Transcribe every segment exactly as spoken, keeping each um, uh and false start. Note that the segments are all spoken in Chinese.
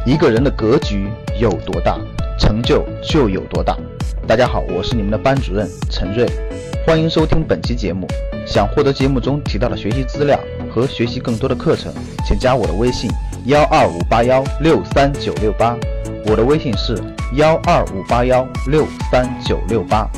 一个人的格局有多大，成就就有多大。大家好，我是你们的班主任陈瑞，欢迎收听本期节目。想获得节目中提到的学习资料和学习更多的课程，请加我的微信幺二五八幺六三九六八，我的微信是幺二五八幺六三九六八。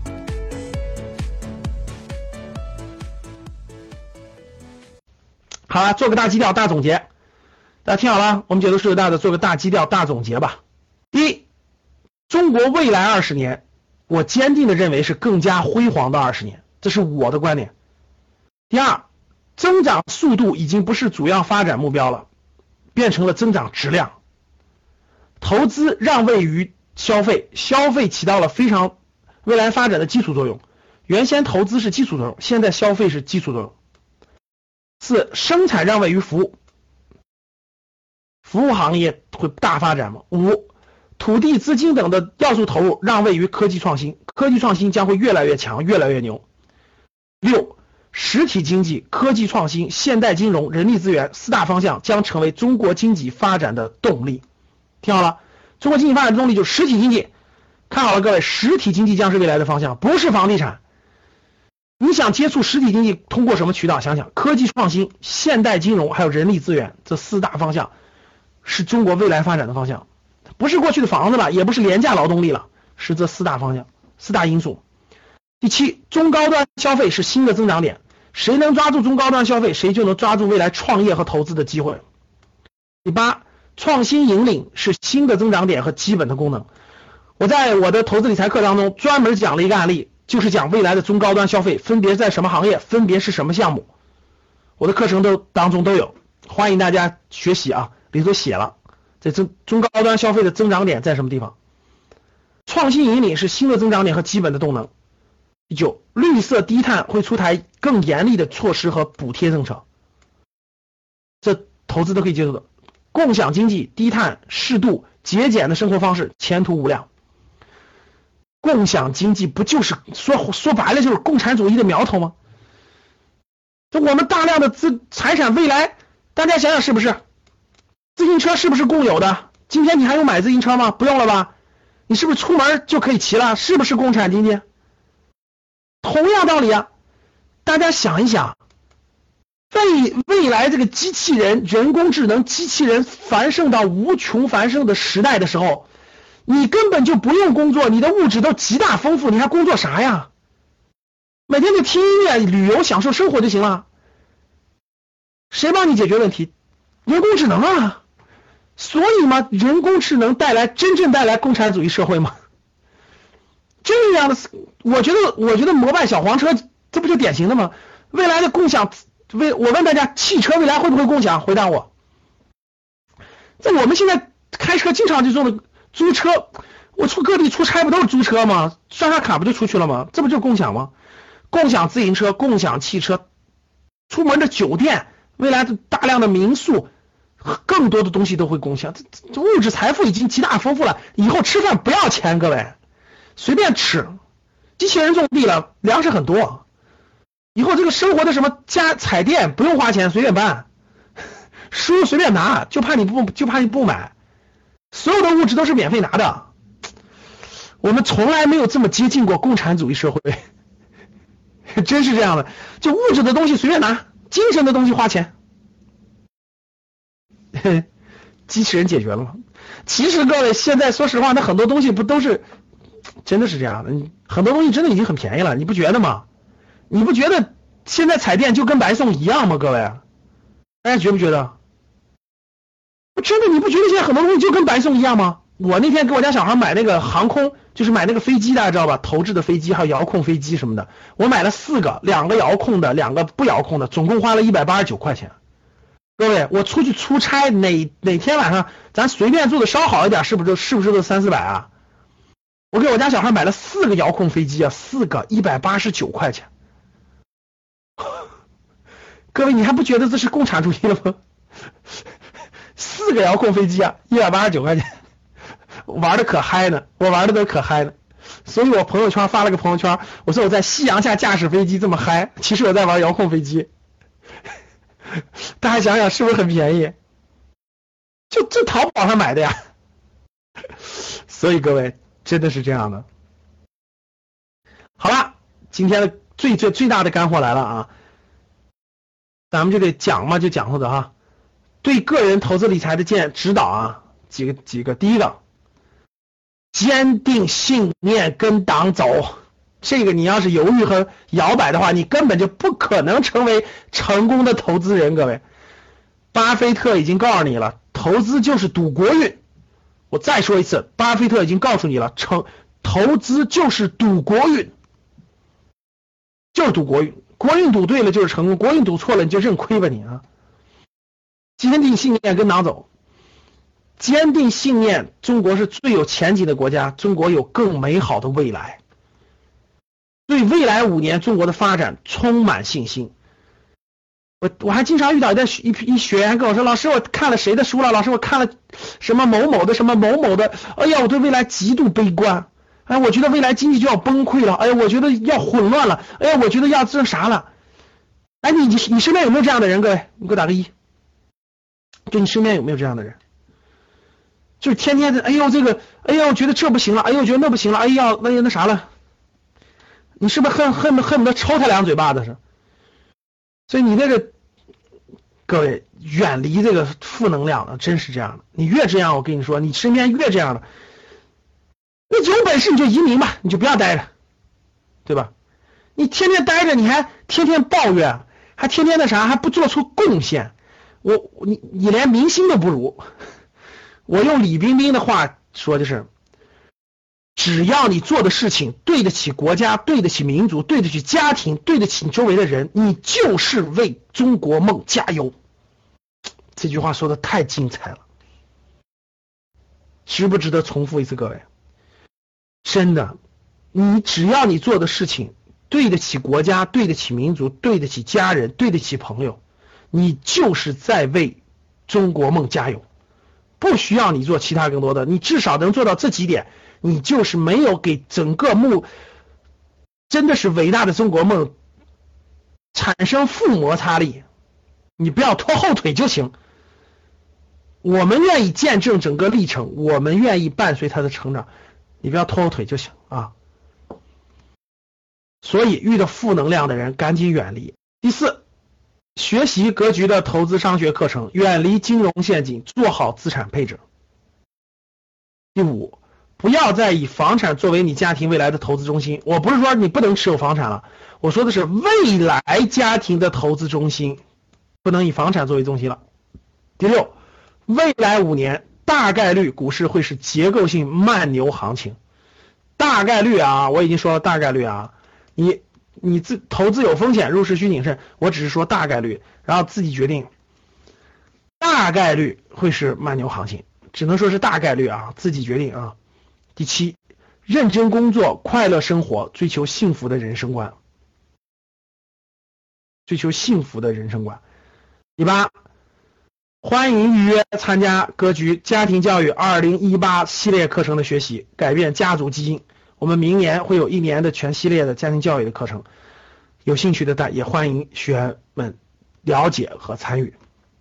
好了，做个大基调大总结，大家听好了，我们解读数学大的做个大基调大总结吧。第一，中国未来二十年，我坚定的认为是更加辉煌的二十年，这是我的观点。第二，增长速度已经不是主要发展目标了，变成了增长质量。投资让位于消费，消费起到了非常未来发展的基础作用。原先投资是基础作用，现在消费是基础作用。四，生产让位于服务，服务行业会大发展吗？五，土地、资金等的要素投入让位于科技创新，科技创新将会越来越强，越来越牛。六，实体经济、科技创新、现代金融、人力资源四大方向将成为中国经济发展的动力。听好了，中国经济发展的动力就是实体经济。看好了各位，实体经济将是未来的方向，不是房地产。你想接触实体经济通过什么渠道？想想科技创新、现代金融还有人力资源，这四大方向是中国未来发展的方向，不是过去的房子了，也不是廉价劳动力了，是这四大方向四大因素。第七，中高端消费是新的增长点，谁能抓住中高端消费，谁就能抓住未来创业和投资的机会。第八，创新引领是新的增长点和基本的功能。我在我的投资理财课当中专门讲了一个案例，就是讲未来的中高端消费分别在什么行业，分别是什么项目，我的课程都当中都有，欢迎大家学习啊，里头写了这中中高端消费的增长点在什么地方。创新引领是新的增长点和基本的动能。第九，绿色低碳会出台更严厉的措施和补贴政策，这投资都可以接受的。共享经济、低碳、适度、节俭的生活方式前途无量。共享经济不就是说说白了就是共产主义的苗头吗？就我们大量的资财产未来，大家想想是不是？自行车是不是共有的？今天你还用买自行车吗？不用了吧？你是不是出门就可以骑了？是不是共产经济？同样道理啊，大家想一想，未未来这个机器人、人工智能、机器人繁盛到无穷繁盛的时代的时候，你根本就不用工作，你的物质都极大丰富，你还工作啥呀？每天就听音乐、旅游、享受生活就行了。谁帮你解决问题？人工智能啊！所以嘛，人工智能带来真正带来共产主义社会吗？这样的，我觉得，我觉得摩拜小黄车，这不就典型的吗？未来的共享，未我问大家，汽车未来会不会共享？回答我。在我们现在开车经常就这么。租车，我出各地出差不都是租车吗？刷刷卡不就出去了吗？这不就共享吗？共享自行车、共享汽车，出门的酒店，未来的大量的民宿，更多的东西都会共享。这这物质财富已经极大丰富了，以后吃饭不要钱，各位随便吃。机器人种地了，粮食很多。以后这个生活的什么家彩电不用花钱，随便办，书随便拿，就怕你不就怕你不买。所有的物质都是免费拿的，我们从来没有这么接近过共产主义社会，真是这样的。就物质的东西随便拿，精神的东西花钱。机器人解决了吗？其实各位，现在说实话，那很多东西不都是真的是这样的，很多东西真的已经很便宜了，你不觉得吗？你不觉得现在彩电就跟白送一样吗？各位，大家觉不觉得？真的，你不觉得现在很多东西就跟白送一样吗？我那天给我家小孩买那个航空，就是买那个飞机，大家知道吧？投掷的飞机还有遥控飞机什么的，我买了四个，两个遥控的，两个不遥控的，总共花了一百八十九块钱。各位，我出去出差，哪哪天晚上咱随便做的稍好一点，是不是是不是都三四百啊？我给我家小孩买了四个遥控飞机啊，四个一百八十九块钱。各位，你还不觉得这是共产主义了吗？四个遥控飞机啊，一百八十九块钱，玩的可嗨呢，我玩的都可嗨呢。所以我朋友圈发了个朋友圈，我说我在夕阳下驾驶飞机这么嗨，其实我在玩遥控飞机。大家想想是不是很便宜？ 就这淘宝上买的呀。所以各位真的是这样的。好了，今天的最最最大的干货来了啊，咱们就得讲嘛，就讲说的哈，对个人投资理财的建指导啊，几个几个，第一个，坚定信念跟党走，这个你要是犹豫和摇摆的话，你根本就不可能成为成功的投资人。各位，巴菲特已经告诉你了，投资就是赌国运。我再说一次，巴菲特已经告诉你了，成投资就是赌国运，就是赌国运，国运赌对了就是成功，国运赌错了你就认亏吧你啊！坚定信念跟党走，坚定信念，中国是最有前景的国家，中国有更美好的未来，对未来五年中国的发展充满信心。我我还经常遇到一一一学员跟我说，老师我看了谁的书了，老师我看了什么某某的什么某某的，哎呀我对未来极度悲观，哎我觉得未来经济就要崩溃了，哎我觉得要混乱了，哎我觉得要这啥了。哎你你你身边有没有这样的人？各位你给我打个一，就你身边有没有这样的人？就是天天的哎呦这个哎呦我觉得这不行了，哎呦我觉得那不行了，哎呀那那啥了，你是不是恨恨恨不得抽他两嘴巴子是？所以你那个各位远离这个负能量的，真是这样的。你越这样，我跟你说，你身边越这样的，你有本事你就移民吧，你就不要待着，对吧？你天天待着，你还天天抱怨，还天天那啥，还不做出贡献，我你你连明星都不如。我用李冰冰的话说就是，只要你做的事情对得起国家，对得起民族，对得起家庭，对得起你周围的人，你就是为中国梦加油。这句话说的太精彩了，值不值得重复一次？各位，真的，你只要你做的事情对得起国家，对得起民族，对得起家人，对得起朋友，你就是在为中国梦加油。不需要你做其他更多的，你至少能做到这几点，你就是没有给整个目真的是伟大的中国梦产生负摩擦力，你不要拖后腿就行。我们愿意见证整个历程，我们愿意伴随他的成长，你不要拖后腿就行啊。所以遇到负能量的人赶紧远离。第四，学习格局的投资商学课程，远离金融陷阱，做好资产配置。第五，不要再以房产作为你家庭未来的投资中心。我不是说你不能持有房产了，我说的是未来家庭的投资中心，不能以房产作为中心了。第六，未来五年大概率股市会是结构性慢牛行情，大概率啊，我已经说了大概率啊，你你自投资有风险，入市需谨慎，我只是说大概率，然后自己决定。大概率会是慢牛行情，只能说是大概率啊，自己决定啊。第七，认真工作，快乐生活，追求幸福的人生观，追求幸福的人生观。第八，欢迎预约参加格局家庭教育二零一八系列课程的学习，改变家族基因。我们明年会有一年的全系列的家庭教育的课程，有兴趣的大也欢迎学员们了解和参与。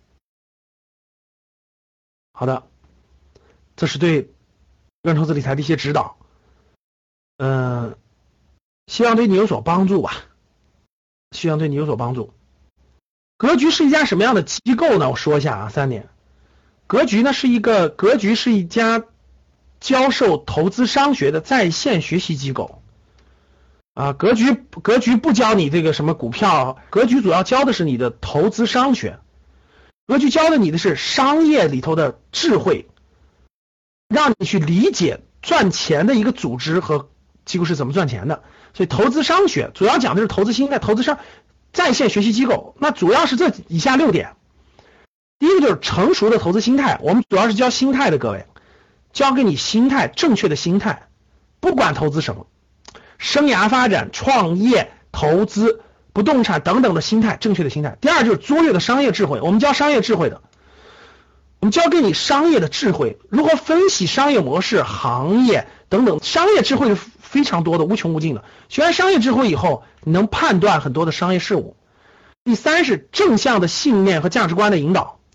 好的，这是对个人投资理财的一些指导，嗯、呃，希望对你有所帮助吧，希望对你有所帮助。格局是一家什么样的机构呢？我说一下啊，三点。格局呢是一个格局是一家教授投资商学的在线学习机构啊，格局格局不教你这个什么股票，格局主要教的是你的投资商学，格局教的你的是商业里头的智慧，让你去理解赚钱的一个组织和机构是怎么赚钱的。所以投资商学主要讲的是投资心态，投资商在线学习机构，那主要是这以下六点。第一个就是成熟的投资心态，我们主要是教心态的，各位，教给你心态，正确的心态，不管投资什么，生涯发展、创业、投资、不动产等等的心态，正确的心态。第二就是卓越的商业智慧，我们教商业智慧的，我们教给你商业的智慧，如何分析商业模式、行业等等，商业智慧是非常多的，无穷无尽的。学完商业智慧以后，你能判断很多的商业事物。第三是正向的信念和价值观的引导。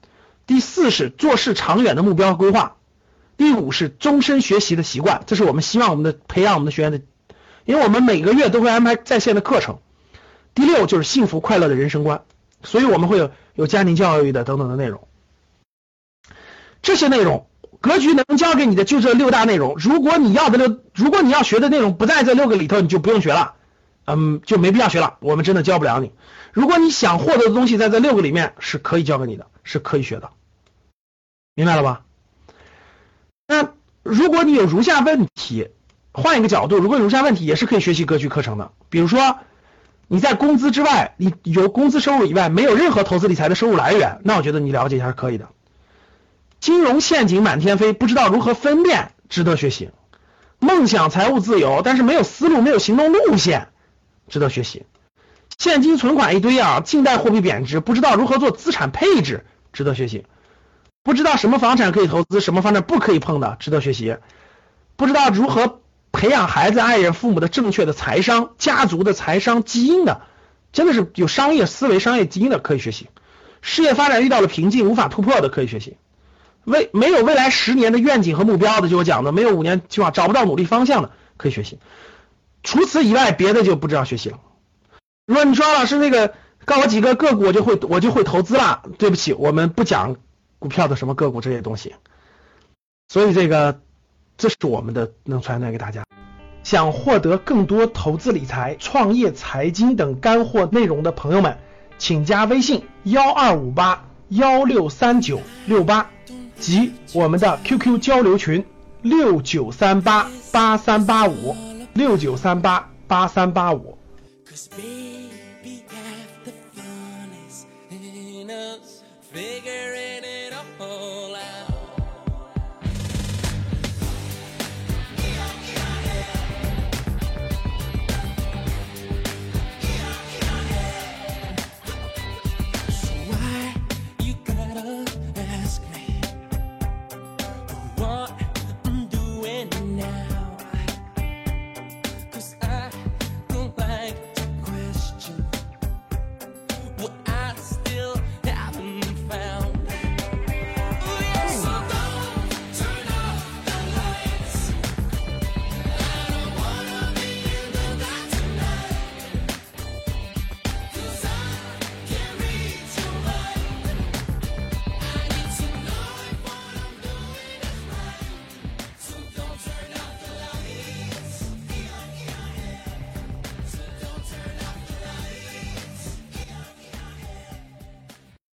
第四是做事长远的目标规划，第五是终身学习的习惯，这是我们希望我们的培养我们的学员的，因为我们每个月都会安排在线的课程。第六就是幸福快乐的人生观，所以我们会有有家庭教育的等等的内容。这些内容格局能教给你的就这六大内容，如果你要的六如果你要学的内容不在这六个里头，你就不用学了，嗯，就没必要学了，我们真的教不了你。如果你想获得的东西在这六个里面，是可以教给你的，是可以学的，明白了吧？那如果你有如下问题，换一个角度，如果有如下问题也是可以学习格局课程的。比如说你在工资之外，你有工资收入以外没有任何投资理财的收入来源，那我觉得你了解一下是可以的。金融陷阱满天飞，不知道如何分辨，值得学习。梦想财务自由，但是没有思路，没有行动路线，值得学习。现金存款一堆啊，近代货币贬值，不知道如何做资产配置，值得学习。不知道什么房产可以投资，什么房产不可以碰的，值得学习。不知道如何培养孩子、爱人、父母的正确的财商、家族的财商基因的，真的是有商业思维、商业基因的，可以学习。事业发展遇到了瓶颈，无法突破的，可以学习。未没有未来十年的愿景和目标的，就我讲的，没有五年计划，找不到努力方向的，可以学习。除此以外，别的就不知道学习了。如果你说老师那个告我几个个股，我就会我就会投资了，对不起，我们不讲股票的什么个股这些东西。所以这个这是我们的能传达给大家。想获得更多投资理财、创业、财经等干货内容的朋友们，请加微信幺二五八幺六三九六八。及我们的 Q Q 交流群六九三八八三八五六九三八八三八五。Figure